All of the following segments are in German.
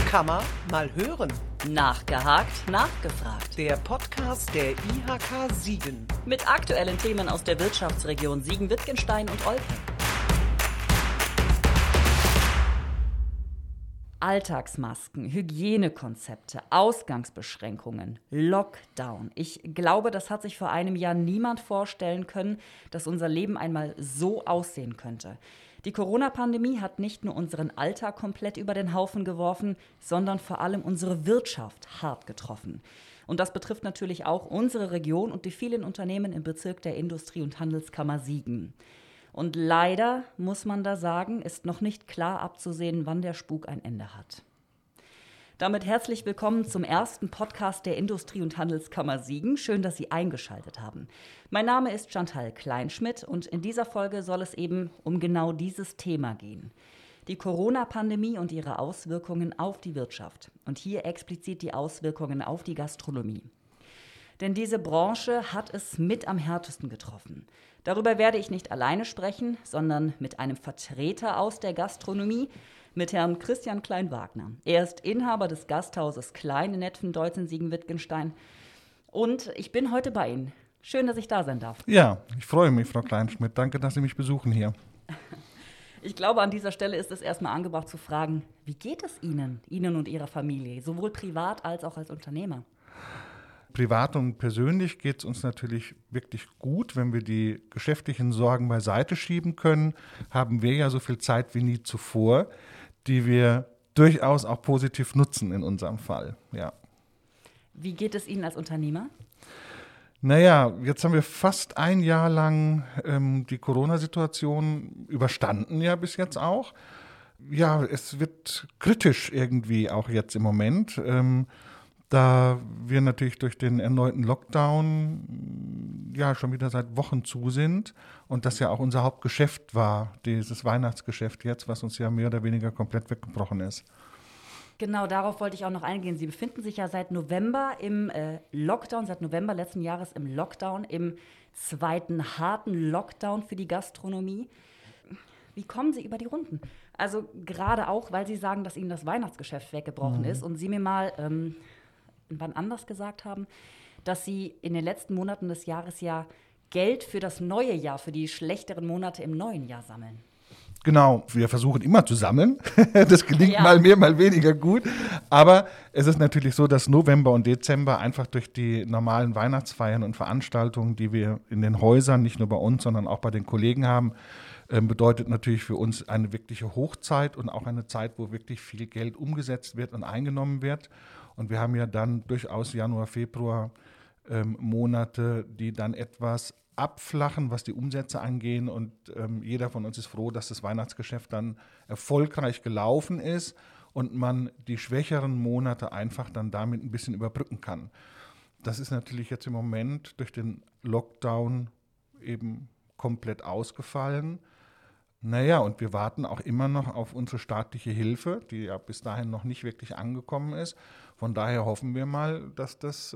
Kann man mal hören. Nachgehakt, nachgefragt. Der Podcast der IHK Siegen. Mit aktuellen Themen aus der Wirtschaftsregion Siegen-Wittgenstein und Olpe. Alltagsmasken, Hygienekonzepte, Ausgangsbeschränkungen, Lockdown. Ich glaube, das hat sich vor einem Jahr niemand vorstellen können, dass unser Leben einmal so aussehen könnte. Die Corona-Pandemie hat nicht nur unseren Alltag komplett über den Haufen geworfen, sondern vor allem unsere Wirtschaft hart getroffen. Und das betrifft natürlich auch unsere Region und die vielen Unternehmen im Bezirk der Industrie- und Handelskammer Siegen. Und leider, muss man da sagen, ist noch nicht klar abzusehen, wann der Spuk ein Ende hat. Damit herzlich willkommen zum ersten Podcast der Industrie- und Handelskammer Siegen. Schön, dass Sie eingeschaltet haben. Mein Name ist Chantal Kleinschmidt und in dieser Folge soll es eben um genau dieses Thema gehen. Die Corona-Pandemie und ihre Auswirkungen auf die Wirtschaft. Und hier explizit die Auswirkungen auf die Gastronomie. Denn diese Branche hat es mit am härtesten getroffen. Darüber werde ich nicht alleine sprechen, sondern mit einem Vertreter aus der Gastronomie, mit Herrn Christian Klein-Wagner. Er ist Inhaber des Gasthauses Klein in Netphendeutz in Siegen-Wittgenstein. Und ich bin heute bei Ihnen. Schön, dass ich da sein darf. Ja, ich freue mich, Frau Kleinschmidt. Danke, dass Sie mich besuchen hier. Ich glaube, an dieser Stelle ist es erstmal angebracht zu fragen, wie geht es Ihnen und Ihrer Familie, sowohl privat als auch als Unternehmer? Privat und persönlich geht es uns natürlich wirklich gut. Wenn wir die geschäftlichen Sorgen beiseite schieben können, haben wir ja so viel Zeit wie nie zuvor, die wir durchaus auch positiv nutzen in unserem Fall. Ja. Wie geht es Ihnen als Unternehmer? Naja, jetzt haben wir fast ein Jahr lang die Corona-Situation überstanden, ja bis jetzt auch. Ja, es wird kritisch irgendwie auch jetzt im Moment. Da wir natürlich durch den erneuten Lockdown ja schon wieder seit Wochen zu sind und das ja auch unser Hauptgeschäft war, dieses Weihnachtsgeschäft jetzt, was uns ja mehr oder weniger komplett weggebrochen ist. Genau, darauf wollte ich auch noch eingehen. Sie befinden sich ja seit November im Lockdown, seit November letzten Jahres im Lockdown, im zweiten harten Lockdown für die Gastronomie. Wie kommen Sie über die Runden? Also gerade auch, weil Sie sagen, dass Ihnen das Weihnachtsgeschäft weggebrochen ist und Sie mir mal wann anders gesagt haben, dass Sie in den letzten Monaten des Jahres ja Geld für das neue Jahr, für die schlechteren Monate im neuen Jahr sammeln. Genau, wir versuchen immer zu sammeln. Das gelingt mal mehr, mal weniger gut. Aber es ist natürlich so, dass November und Dezember einfach durch die normalen Weihnachtsfeiern und Veranstaltungen, die wir in den Häusern, nicht nur bei uns, sondern auch bei den Kollegen haben, bedeutet natürlich für uns eine wirkliche Hochzeit und auch eine Zeit, wo wirklich viel Geld umgesetzt wird und eingenommen wird. Und wir haben ja dann durchaus Januar, Februar Monate, die dann etwas abflachen, was die Umsätze angehen. Und jeder von uns ist froh, dass das Weihnachtsgeschäft dann erfolgreich gelaufen ist und man die schwächeren Monate einfach dann damit ein bisschen überbrücken kann. Das ist natürlich jetzt im Moment durch den Lockdown eben komplett ausgefallen. Naja, und wir warten auch immer noch auf unsere staatliche Hilfe, die ja bis dahin noch nicht wirklich angekommen ist. Von daher hoffen wir mal, dass das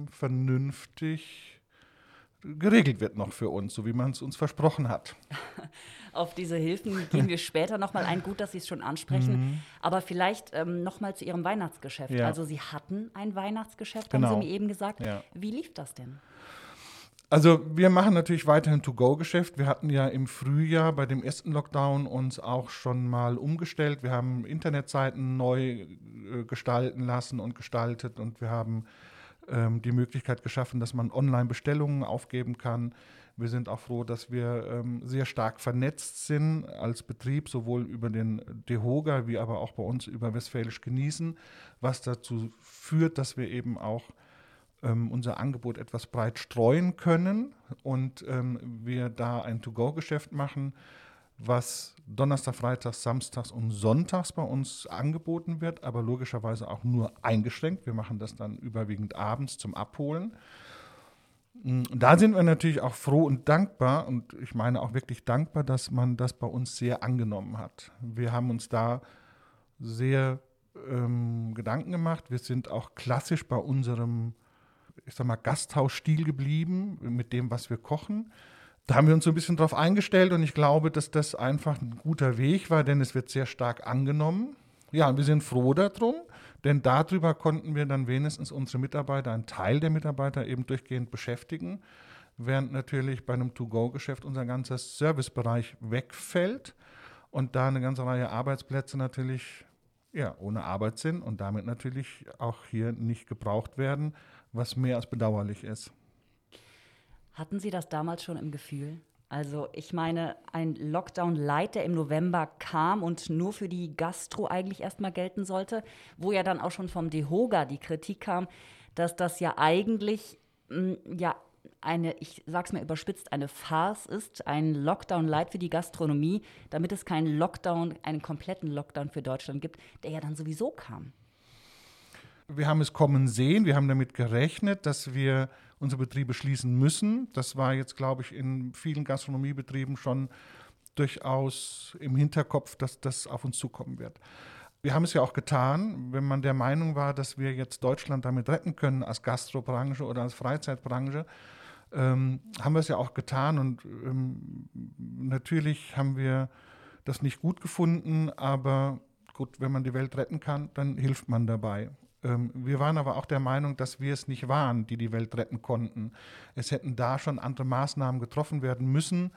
vernünftig geregelt wird noch für uns, so wie man es uns versprochen hat. Auf diese Hilfen gehen wir später nochmal ein. Gut, dass Sie es schon ansprechen. Aber vielleicht nochmal zu Ihrem Weihnachtsgeschäft. Ja. Also Sie hatten ein Weihnachtsgeschäft, Genau. haben Sie mir eben gesagt. Ja. Wie lief das denn? Also wir machen natürlich weiterhin To-Go-Geschäft. Wir hatten ja im Frühjahr bei dem ersten Lockdown uns auch schon mal umgestellt. Wir haben Internetseiten neu gestalten lassen und gestaltet und wir haben die Möglichkeit geschaffen, dass man Online-Bestellungen aufgeben kann. Wir sind auch froh, dass wir sehr stark vernetzt sind als Betrieb, sowohl über den DEHOGA wie aber auch bei uns über Westfälisch Genießen, was dazu führt, dass wir eben auch unser Angebot etwas breit streuen können und wir da ein To-Go-Geschäft machen, was Donnerstag, Freitags, Samstags und Sonntags bei uns angeboten wird, aber logischerweise auch nur eingeschränkt. Wir machen das dann überwiegend abends zum Abholen. Da sind wir natürlich auch froh und dankbar und ich meine auch wirklich dankbar, dass man das bei uns sehr angenommen hat. Wir haben uns da sehr Gedanken gemacht. Wir sind auch klassisch bei unserem Gasthausstil geblieben, mit dem, was wir kochen. Da haben wir uns so ein bisschen drauf eingestellt und ich glaube, dass das einfach ein guter Weg war, denn es wird sehr stark angenommen. Ja, und wir sind froh darum, denn darüber konnten wir dann wenigstens unsere Mitarbeiter, einen Teil der Mitarbeiter eben durchgehend beschäftigen, während natürlich bei einem To-Go-Geschäft unser ganzer Servicebereich wegfällt und da eine ganze Reihe Arbeitsplätze natürlich ohne Arbeit sind und damit natürlich auch hier nicht gebraucht werden, was mehr als bedauerlich ist. Hatten Sie das damals schon im Gefühl? Also ich meine, ein Lockdown-Light, der im November kam und nur für die Gastro eigentlich erstmal gelten sollte, wo ja dann auch schon vom DEHOGA die Kritik kam, dass das ja eigentlich ich sag's mal überspitzt, eine Farce ist, ein Lockdown-Light für die Gastronomie, damit es keinen kompletten Lockdown für Deutschland gibt, der ja dann sowieso kam. Wir haben es kommen sehen, wir haben damit gerechnet, dass wir unsere Betriebe schließen müssen. Das war jetzt, glaube ich, in vielen Gastronomiebetrieben schon durchaus im Hinterkopf, dass das auf uns zukommen wird. Wir haben es ja auch getan, wenn man der Meinung war, dass wir jetzt Deutschland damit retten können als Gastrobranche oder als Freizeitbranche, haben wir es ja auch getan und natürlich haben wir das nicht gut gefunden, aber gut, wenn man die Welt retten kann, dann hilft man dabei. Wir waren aber auch der Meinung, dass wir es nicht waren, die die Welt retten konnten. Es hätten da schon andere Maßnahmen getroffen werden müssen,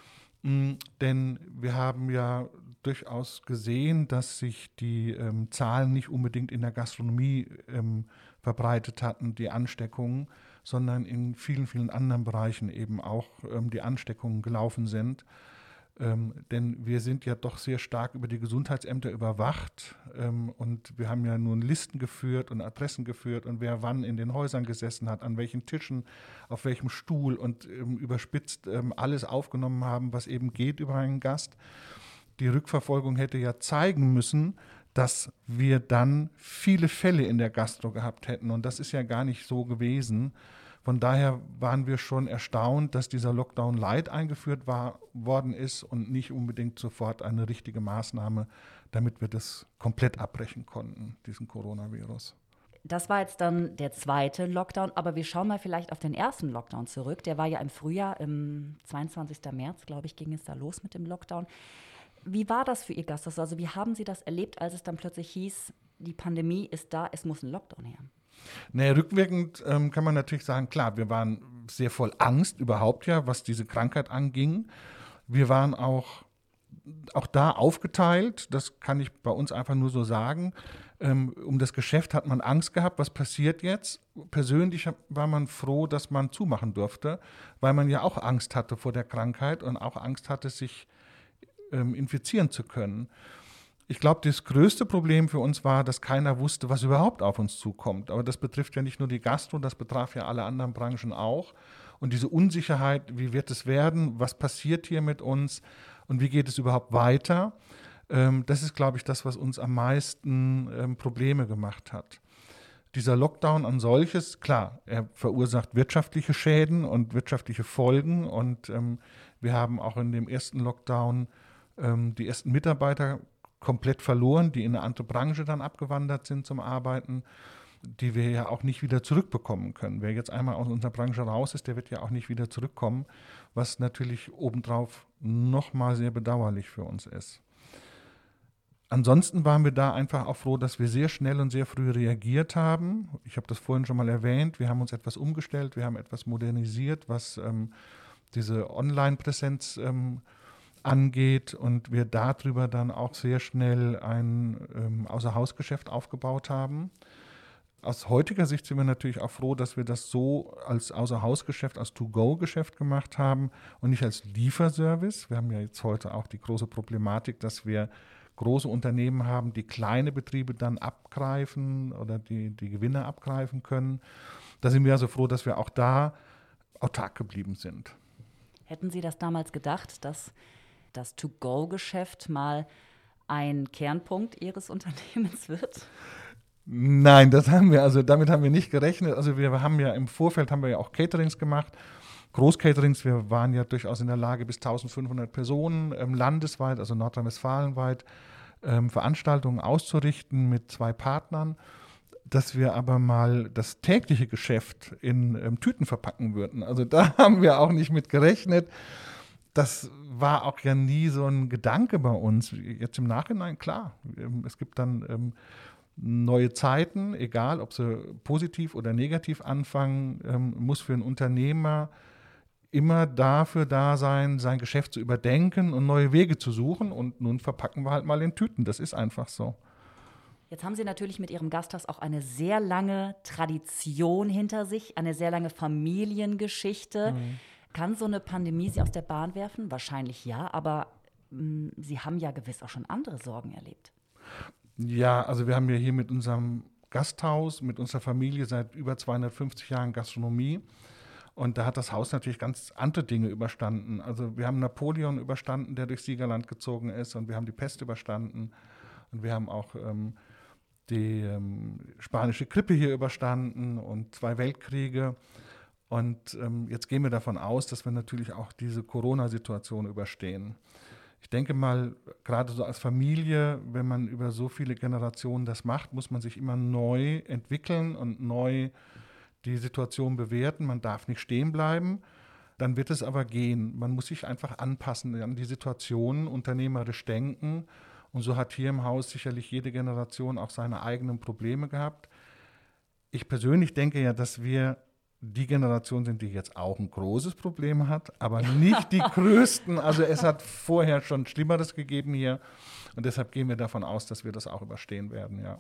denn wir haben ja durchaus gesehen, dass sich die Zahlen nicht unbedingt in der Gastronomie verbreitet hatten, die Ansteckungen, sondern in vielen, vielen anderen Bereichen eben auch die Ansteckungen gelaufen sind. Denn wir sind ja doch sehr stark über die Gesundheitsämter überwacht und wir haben ja nun Listen geführt und Adressen geführt und wer wann in den Häusern gesessen hat, an welchen Tischen, auf welchem Stuhl und überspitzt alles aufgenommen haben, was eben geht über einen Gast. Die Rückverfolgung hätte ja zeigen müssen, dass wir dann viele Fälle in der Gastro gehabt hätten und das ist ja gar nicht so gewesen. Von daher waren wir schon erstaunt, dass dieser Lockdown Light eingeführt worden ist und nicht unbedingt sofort eine richtige Maßnahme, damit wir das komplett abbrechen konnten, diesen Coronavirus. Das war jetzt dann der zweite Lockdown, aber wir schauen mal vielleicht auf den ersten Lockdown zurück. Der war ja im Frühjahr, im 22. März, glaube ich, ging es da los mit dem Lockdown. Wie war das für Ihr Gast? Also wie haben Sie das erlebt, als es dann plötzlich hieß, die Pandemie ist da, es muss ein Lockdown her? Naja, rückwirkend kann man natürlich sagen, klar, wir waren sehr voll Angst überhaupt ja, was diese Krankheit anging. Wir waren auch da aufgeteilt, das kann ich bei uns einfach nur so sagen. Um das Geschäft hat man Angst gehabt, was passiert jetzt? Persönlich war man froh, dass man zumachen durfte, weil man ja auch Angst hatte vor der Krankheit und auch Angst hatte, sich infizieren zu können. Ich glaube, das größte Problem für uns war, dass keiner wusste, was überhaupt auf uns zukommt. Aber das betrifft ja nicht nur die Gastro, das betraf ja alle anderen Branchen auch. Und diese Unsicherheit, wie wird es werden, was passiert hier mit uns und wie geht es überhaupt weiter, das ist, glaube ich, das, was uns am meisten Probleme gemacht hat. Dieser Lockdown an solches, klar, er verursacht wirtschaftliche Schäden und wirtschaftliche Folgen. Und wir haben auch in dem ersten Lockdown die ersten Mitarbeiter komplett verloren, die in eine andere Branche dann abgewandert sind zum Arbeiten, die wir ja auch nicht wieder zurückbekommen können. Wer jetzt einmal aus unserer Branche raus ist, der wird ja auch nicht wieder zurückkommen, was natürlich obendrauf nochmal sehr bedauerlich für uns ist. Ansonsten waren wir da einfach auch froh, dass wir sehr schnell und sehr früh reagiert haben. Ich habe das vorhin schon mal erwähnt, wir haben uns etwas umgestellt, wir haben etwas modernisiert, was diese Online-Präsenz angeht und wir darüber dann auch sehr schnell ein Außerhausgeschäft aufgebaut haben. Aus heutiger Sicht sind wir natürlich auch froh, dass wir das so als Außerhausgeschäft, als To-Go-Geschäft gemacht haben und nicht als Lieferservice. Wir haben ja jetzt heute auch die große Problematik, dass wir große Unternehmen haben, die kleine Betriebe dann abgreifen oder die Gewinne abgreifen können. Da sind wir also froh, dass wir auch da autark geblieben sind. Hätten Sie das damals gedacht, dass das To-Go-Geschäft mal ein Kernpunkt Ihres Unternehmens wird? Nein, damit haben wir nicht gerechnet. Also wir haben ja im Vorfeld auch Caterings gemacht, Großcaterings. Wir waren ja durchaus in der Lage, bis 1500 Personen landesweit, also nordrhein-westfalenweit, Veranstaltungen auszurichten mit 2 Partnern. Dass wir aber mal das tägliche Geschäft in Tüten verpacken würden. Also da haben wir auch nicht mit gerechnet. das war auch ja nie so ein Gedanke bei uns. Jetzt im Nachhinein, klar, es gibt dann neue Zeiten, egal ob sie positiv oder negativ anfangen, muss für einen Unternehmer immer dafür da sein, sein Geschäft zu überdenken und neue Wege zu suchen. Und nun verpacken wir halt mal in Tüten. Das ist einfach so. Jetzt haben Sie natürlich mit Ihrem Gasthaus auch eine sehr lange Tradition hinter sich, eine sehr lange Familiengeschichte. Kann so eine Pandemie Sie aus der Bahn werfen? Wahrscheinlich ja, aber Sie haben ja gewiss auch schon andere Sorgen erlebt. Ja, also wir haben ja hier mit unserem Gasthaus, mit unserer Familie seit über 250 Jahren Gastronomie. Und da hat das Haus natürlich ganz andere Dinge überstanden. Also wir haben Napoleon überstanden, der durchs Siegerland gezogen ist. Und wir haben die Pest überstanden. Und wir haben auch die spanische Grippe hier überstanden und 2 Weltkriege. Und jetzt gehen wir davon aus, dass wir natürlich auch diese Corona-Situation überstehen. Ich denke mal, gerade so als Familie, wenn man über so viele Generationen das macht, muss man sich immer neu entwickeln und neu die Situation bewerten. Man darf nicht stehen bleiben. Dann wird es aber gehen. Man muss sich einfach anpassen an die Situation, unternehmerisch denken. Und so hat hier im Haus sicherlich jede Generation auch seine eigenen Probleme gehabt. Ich persönlich denke ja, dass wir die Generation sind, die jetzt auch ein großes Problem hat, aber nicht die größten. Also es hat vorher schon Schlimmeres gegeben hier. Und deshalb gehen wir davon aus, dass wir das auch überstehen werden, ja.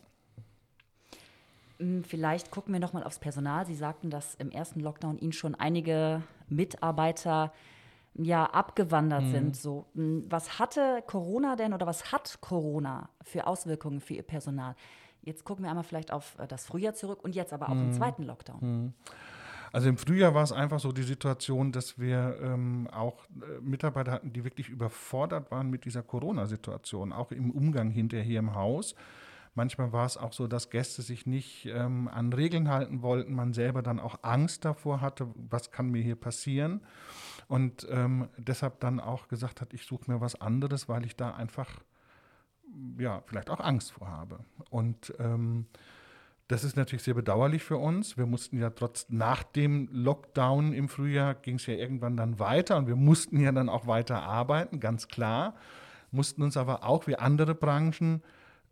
Vielleicht gucken wir noch mal aufs Personal. Sie sagten, dass im ersten Lockdown Ihnen schon einige Mitarbeiter abgewandert sind. So, was hatte Corona denn oder was hat Corona für Auswirkungen für Ihr Personal? Jetzt gucken wir einmal vielleicht auf das Frühjahr zurück und jetzt aber auch im zweiten Lockdown. Also im Frühjahr war es einfach so die Situation, dass wir auch Mitarbeiter hatten, die wirklich überfordert waren mit dieser Corona-Situation, auch im Umgang hinterher hier im Haus. Manchmal war es auch so, dass Gäste sich nicht an Regeln halten wollten, man selber dann auch Angst davor hatte, was kann mir hier passieren. Und deshalb dann auch gesagt hat, ich suche mir was anderes, weil ich da einfach vielleicht auch Angst vor habe. Und das ist natürlich sehr bedauerlich für uns. Wir mussten ja nach dem Lockdown im Frühjahr ging es ja irgendwann dann weiter und wir mussten ja dann auch weiter arbeiten, ganz klar. Mussten uns aber auch wie andere Branchen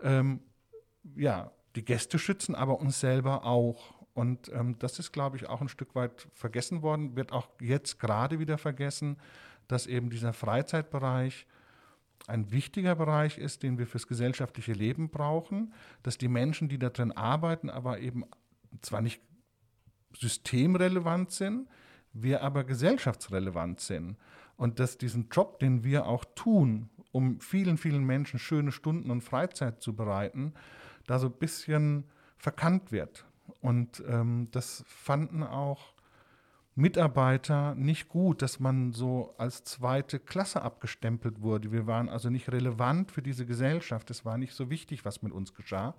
die Gäste schützen, aber uns selber auch. Und das ist, glaube ich, auch ein Stück weit vergessen worden, wird auch jetzt gerade wieder vergessen, dass eben dieser Freizeitbereich ein wichtiger Bereich ist, den wir fürs gesellschaftliche Leben brauchen, dass die Menschen, die da drin arbeiten, aber eben zwar nicht systemrelevant sind, wir aber gesellschaftsrelevant sind. Und dass diesen Job, den wir auch tun, um vielen, vielen Menschen schöne Stunden und Freizeit zu bereiten, da so ein bisschen verkannt wird. Und das fanden auch Mitarbeiter nicht gut, dass man so als zweite Klasse abgestempelt wurde. Wir waren also nicht relevant für diese Gesellschaft. Es war nicht so wichtig, was mit uns geschah.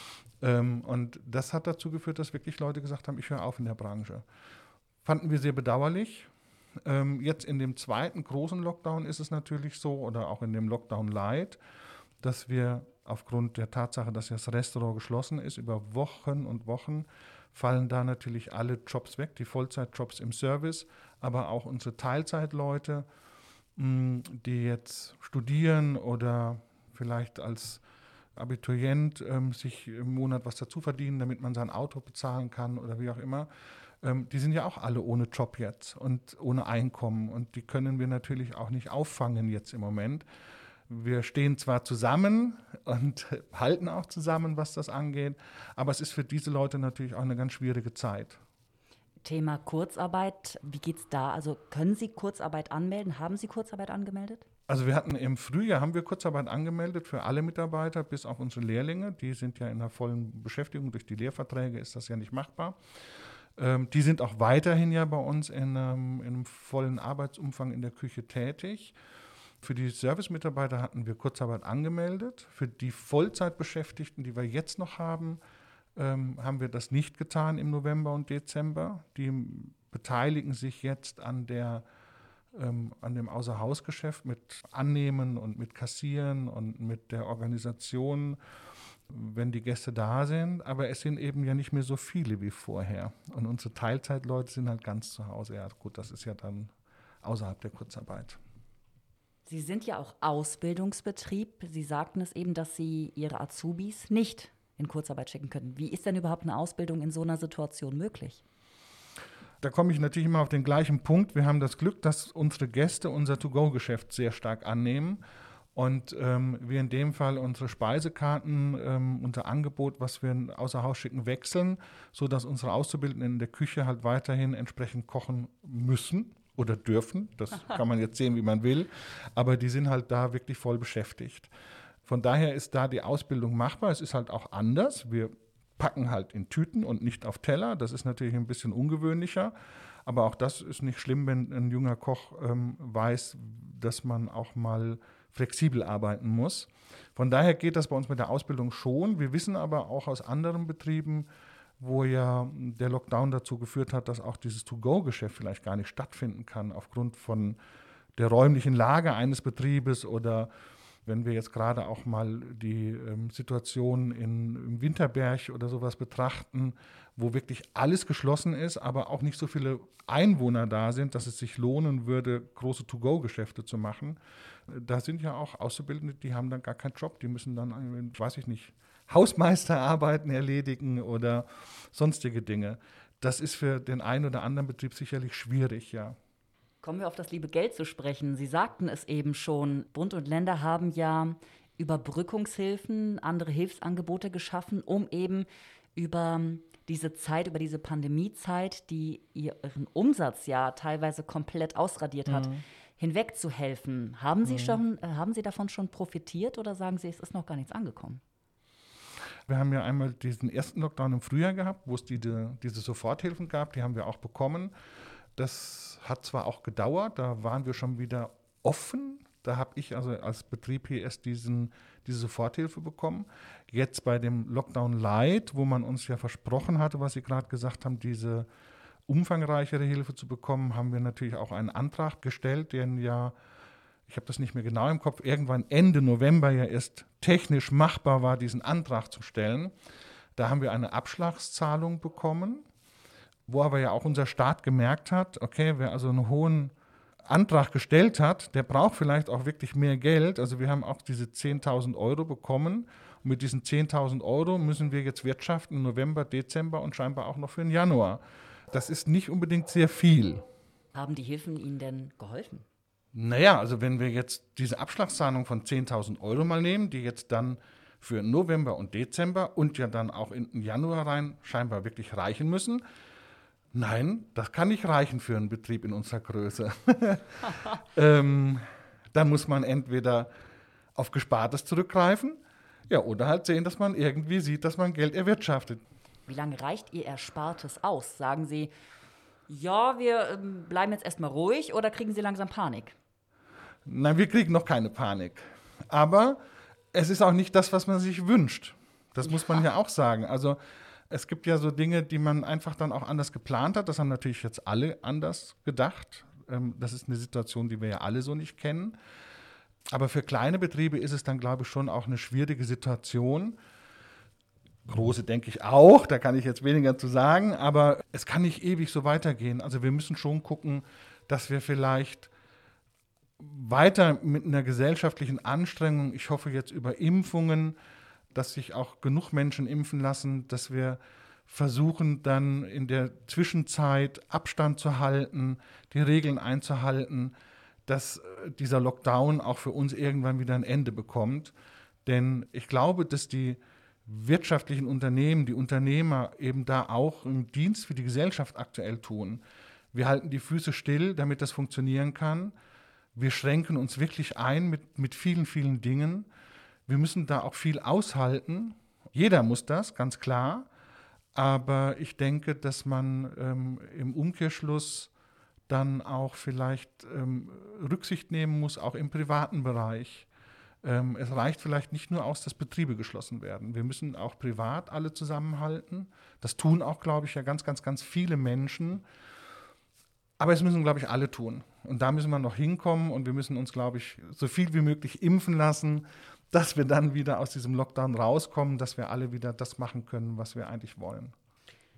Und das hat dazu geführt, dass wirklich Leute gesagt haben, ich höre auf in der Branche. Fanden wir sehr bedauerlich. Jetzt in dem zweiten großen Lockdown ist es natürlich so, oder auch in dem Lockdown Light, dass wir aufgrund der Tatsache, dass das Restaurant geschlossen ist, über Wochen und Wochen fallen da natürlich alle Jobs weg, die Vollzeitjobs im Service, aber auch unsere Teilzeitleute, die jetzt studieren oder vielleicht als Abiturient sich im Monat was dazu verdienen, damit man sein Auto bezahlen kann oder wie auch immer. Die sind ja auch alle ohne Job jetzt und ohne Einkommen und die können wir natürlich auch nicht auffangen jetzt im Moment. Wir stehen zwar zusammen und halten auch zusammen, was das angeht, aber es ist für diese Leute natürlich auch eine ganz schwierige Zeit. Thema Kurzarbeit, wie geht's da? Also können Sie Kurzarbeit anmelden? Haben Sie Kurzarbeit angemeldet? Also wir hatten im Frühjahr haben wir Kurzarbeit angemeldet für alle Mitarbeiter, bis auf unsere Lehrlinge. Die sind ja in der vollen Beschäftigung. Durch die Lehrverträge ist das ja nicht machbar. Die sind auch weiterhin ja bei uns in einem vollen Arbeitsumfang in der Küche tätig. Für die Servicemitarbeiter hatten wir Kurzarbeit angemeldet. Für die Vollzeitbeschäftigten, die wir jetzt noch haben, haben wir das nicht getan im November und Dezember. Die beteiligen sich jetzt an dem Außerhausgeschäft mit Annehmen und mit Kassieren und mit der Organisation, wenn die Gäste da sind. Aber es sind eben ja nicht mehr so viele wie vorher. Und unsere Teilzeitleute sind halt ganz zu Hause. Ja gut, das ist ja dann außerhalb der Kurzarbeit. Sie sind ja auch Ausbildungsbetrieb. Sie sagten es eben, dass Sie Ihre Azubis nicht in Kurzarbeit schicken können. Wie ist denn überhaupt eine Ausbildung in so einer Situation möglich? Da komme ich natürlich immer auf den gleichen Punkt. Wir haben das Glück, dass unsere Gäste unser To-Go-Geschäft sehr stark annehmen und wir in dem Fall unsere Speisekarten, unser Angebot, was wir außer Haus schicken, wechseln, sodass unsere Auszubildenden in der Küche halt weiterhin entsprechend kochen müssen oder dürfen. Das kann man jetzt sehen, wie man will. Aber die sind halt da wirklich voll beschäftigt. Von daher ist da die Ausbildung machbar. Es ist halt auch anders. Wir packen halt in Tüten und nicht auf Teller. Das ist natürlich ein bisschen ungewöhnlicher. Aber auch das ist nicht schlimm, wenn ein junger Koch weiß, dass man auch mal flexibel arbeiten muss. Von daher geht das bei uns mit der Ausbildung schon. Wir wissen aber auch aus anderen Betrieben, wo ja der Lockdown dazu geführt hat, dass auch dieses To-Go-Geschäft vielleicht gar nicht stattfinden kann, aufgrund von der räumlichen Lage eines Betriebes oder wenn wir jetzt gerade auch mal die Situation im Winterberg oder sowas betrachten, wo wirklich alles geschlossen ist, aber auch nicht so viele Einwohner da sind, dass es sich lohnen würde, große To-Go-Geschäfte zu machen. Da sind ja auch Auszubildende, die haben dann gar keinen Job, die müssen dann, weiß ich nicht, Hausmeisterarbeiten erledigen oder sonstige Dinge. Das ist für den einen oder anderen Betrieb sicherlich schwierig, ja. Kommen wir auf das liebe Geld zu sprechen. Sie sagten es eben schon, Bund und Länder haben ja Überbrückungshilfen, andere Hilfsangebote geschaffen, um eben über diese Zeit, über diese Pandemiezeit, die ihren Umsatz ja teilweise komplett ausradiert hat, hinweg zu helfen. Haben Sie davon schon profitiert oder sagen Sie, es ist noch gar nichts angekommen? Wir haben ja einmal diesen ersten Lockdown im Frühjahr gehabt, wo es diese Soforthilfen gab, die haben wir auch bekommen. Das hat zwar auch gedauert, da waren wir schon wieder offen. Da habe ich also als Betrieb hier erst diese Soforthilfe bekommen. Jetzt bei dem Lockdown Light, wo man uns ja versprochen hatte, was Sie gerade gesagt haben, diese umfangreichere Hilfe zu bekommen, haben wir natürlich auch einen Antrag gestellt, den ja, ich habe das nicht mehr genau im Kopf, irgendwann Ende November ja erst technisch machbar war, diesen Antrag zu stellen. Da haben wir eine Abschlagszahlung bekommen, wo aber ja auch unser Staat gemerkt hat, okay, wer also einen hohen Antrag gestellt hat, der braucht vielleicht auch wirklich mehr Geld. Also wir haben auch diese 10.000 Euro bekommen. Und mit diesen 10.000 Euro müssen wir jetzt wirtschaften, November, Dezember und scheinbar auch noch für den Januar. Das ist nicht unbedingt sehr viel. Haben die Hilfen Ihnen denn geholfen? Naja, also wenn wir jetzt diese Abschlagszahlung von 10.000 Euro mal nehmen, die jetzt dann für November und Dezember und ja dann auch in den Januar rein scheinbar wirklich reichen müssen. Nein, das kann nicht reichen für einen Betrieb in unserer Größe. Da muss man entweder auf Gespartes zurückgreifen, ja, oder halt sehen, dass man irgendwie sieht, dass man Geld erwirtschaftet. Wie lange reicht Ihr Erspartes aus? Sagen Sie, ja, wir bleiben jetzt erstmal ruhig oder kriegen Sie langsam Panik? Nein, wir kriegen noch keine Panik. Aber es ist auch nicht das, was man sich wünscht. Das muss man ja auch sagen. Also es gibt ja so Dinge, die man einfach dann auch anders geplant hat. Das haben natürlich jetzt alle anders gedacht. Das ist eine Situation, die wir ja alle so nicht kennen. Aber für kleine Betriebe ist es dann, glaube ich, schon auch eine schwierige Situation. Große denke ich auch, da kann ich jetzt weniger zu sagen. Aber es kann nicht ewig so weitergehen. Also wir müssen schon gucken, dass wir vielleicht weiter mit einer gesellschaftlichen Anstrengung, ich hoffe jetzt über Impfungen, dass sich auch genug Menschen impfen lassen, dass wir versuchen dann in der Zwischenzeit Abstand zu halten, die Regeln einzuhalten, dass dieser Lockdown auch für uns irgendwann wieder ein Ende bekommt. Denn ich glaube, dass die wirtschaftlichen Unternehmen, die Unternehmer eben da auch einen Dienst für die Gesellschaft aktuell tun. Wir halten die Füße still, damit das funktionieren kann. Wir schränken uns wirklich ein mit vielen, vielen Dingen. Wir müssen da auch viel aushalten. Jeder muss das, ganz klar. Aber ich denke, dass man im Umkehrschluss dann auch vielleicht Rücksicht nehmen muss, auch im privaten Bereich. Es reicht vielleicht nicht nur aus, dass Betriebe geschlossen werden. Wir müssen auch privat alle zusammenhalten. Das tun auch, glaube ich, ja ganz, ganz, ganz viele Menschen. Aber es müssen, glaube ich, alle tun. Und da müssen wir noch hinkommen und wir müssen uns, glaube ich, so viel wie möglich impfen lassen, dass wir dann wieder aus diesem Lockdown rauskommen, dass wir alle wieder das machen können, was wir eigentlich wollen.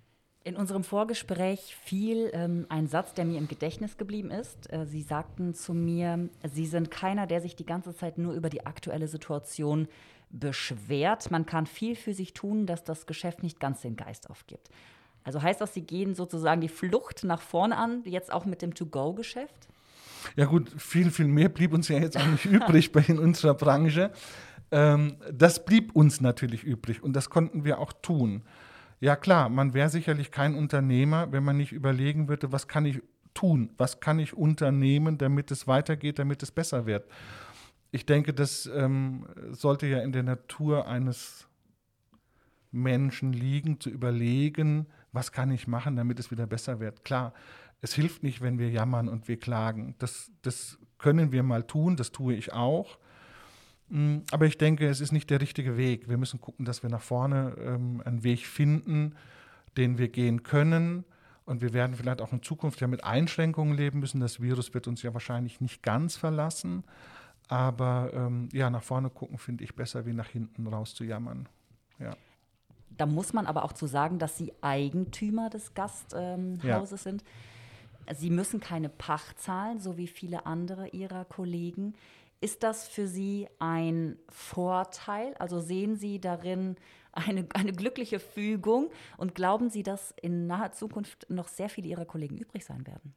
In unserem Vorgespräch fiel ein Satz, der mir im Gedächtnis geblieben ist. Sie sagten zu mir, Sie sind keiner, der sich die ganze Zeit nur über die aktuelle Situation beschwert. Man kann viel für sich tun, dass das Geschäft nicht ganz den Geist aufgibt. Also heißt das, Sie gehen sozusagen die Flucht nach vorne an, jetzt auch mit dem To-Go-Geschäft? Ja gut, viel, viel mehr blieb uns ja jetzt auch nicht übrig in unserer Branche. Das blieb uns natürlich übrig und das konnten wir auch tun. Ja klar, man wäre sicherlich kein Unternehmer, wenn man nicht überlegen würde, was kann ich tun, was kann ich unternehmen, damit es weitergeht, damit es besser wird. Ich denke, das sollte ja in der Natur eines Menschen liegen, zu überlegen, was kann ich machen, damit es wieder besser wird. Klar, es hilft nicht, wenn wir jammern und wir klagen. Das können wir mal tun, das tue ich auch. Aber ich denke, es ist nicht der richtige Weg. Wir müssen gucken, dass wir nach vorne einen Weg finden, den wir gehen können. Und wir werden vielleicht auch in Zukunft ja mit Einschränkungen leben müssen. Das Virus wird uns ja wahrscheinlich nicht ganz verlassen. Aber nach vorne gucken finde ich besser, wie nach hinten raus zu jammern. Ja. Da muss man aber auch zu sagen, dass Sie Eigentümer des Gasthauses sind. Sie müssen keine Pacht zahlen, so wie viele andere Ihrer Kollegen. Ist das für Sie ein Vorteil? Also sehen Sie darin eine glückliche Fügung und glauben Sie, dass in naher Zukunft noch sehr viele Ihrer Kollegen übrig sein werden?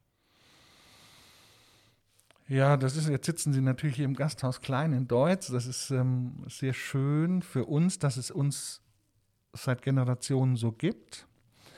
Ja, jetzt sitzen Sie natürlich hier im Gasthaus Klein in Deutz. Das ist sehr schön für uns, dass es uns seit Generationen so gibt.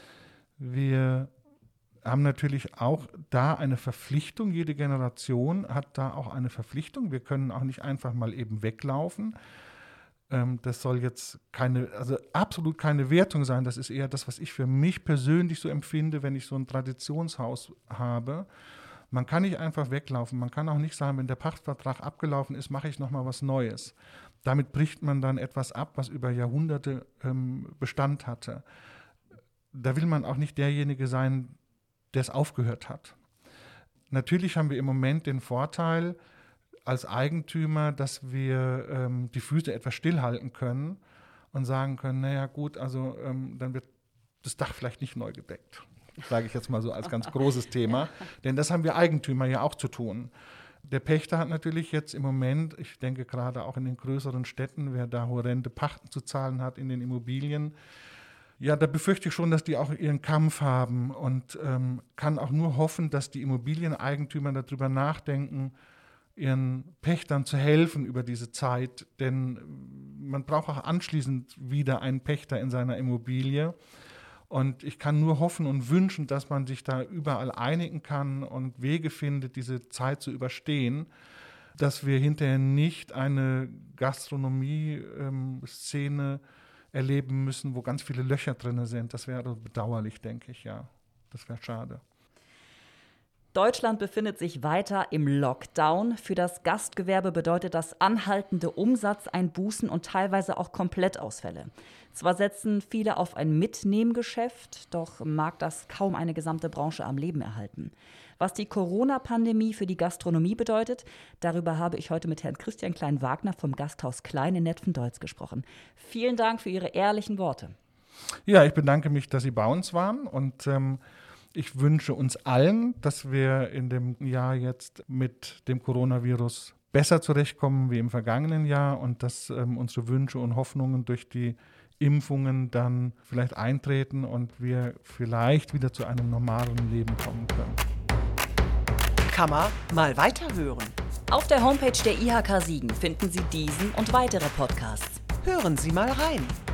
Wir haben natürlich auch da eine Verpflichtung. Jede Generation hat da auch eine Verpflichtung. Wir können auch nicht einfach mal eben weglaufen. Das soll jetzt absolut keine Wertung sein. Das ist eher das, was ich für mich persönlich so empfinde, wenn ich so ein Traditionshaus habe. Man kann nicht einfach weglaufen. Man kann auch nicht sagen, wenn der Pachtvertrag abgelaufen ist, mache ich nochmal was Neues. Damit bricht man dann etwas ab, was über Jahrhunderte Bestand hatte. Da will man auch nicht derjenige sein, der es aufgehört hat. Natürlich haben wir im Moment den Vorteil als Eigentümer, dass wir die Füße etwas stillhalten können und sagen können, naja gut, also dann wird das Dach vielleicht nicht neu gedeckt. Sage ich jetzt mal so als ganz großes Thema. Denn das haben wir Eigentümer ja auch zu tun. Der Pächter hat natürlich jetzt im Moment, ich denke gerade auch in den größeren Städten, wer da horrende Pachten zu zahlen hat in den Immobilien, ja, da befürchte ich schon, dass die auch ihren Kampf haben und kann auch nur hoffen, dass die Immobilieneigentümer darüber nachdenken, ihren Pächtern zu helfen über diese Zeit. Denn man braucht auch anschließend wieder einen Pächter in seiner Immobilie. Und ich kann nur hoffen und wünschen, dass man sich da überall einigen kann und Wege findet, diese Zeit zu überstehen, dass wir hinterher nicht eine Gastronomie-Szene erleben müssen, wo ganz viele Löcher drin sind. Das wäre bedauerlich, denke ich, ja. Das wäre schade. Deutschland befindet sich weiter im Lockdown. Für das Gastgewerbe bedeutet das anhaltende Umsatzeinbußen und teilweise auch Komplettausfälle. Zwar setzen viele auf ein Mitnehmgeschäft, doch mag das kaum eine gesamte Branche am Leben erhalten. Was die Corona-Pandemie für die Gastronomie bedeutet, darüber habe ich heute mit Herrn Christian Klein-Wagner vom Gasthaus Klein in Netphen-Deutz gesprochen. Vielen Dank für Ihre ehrlichen Worte. Ja, ich bedanke mich, dass Sie bei uns waren und ich wünsche uns allen, dass wir in dem Jahr jetzt mit dem Coronavirus besser zurechtkommen wie im vergangenen Jahr und dass unsere Wünsche und Hoffnungen durch die Impfungen dann vielleicht eintreten und wir vielleicht wieder zu einem normalen Leben kommen können. Kann man mal weiterhören. Auf der Homepage der IHK Siegen finden Sie diesen und weitere Podcasts. Hören Sie mal rein.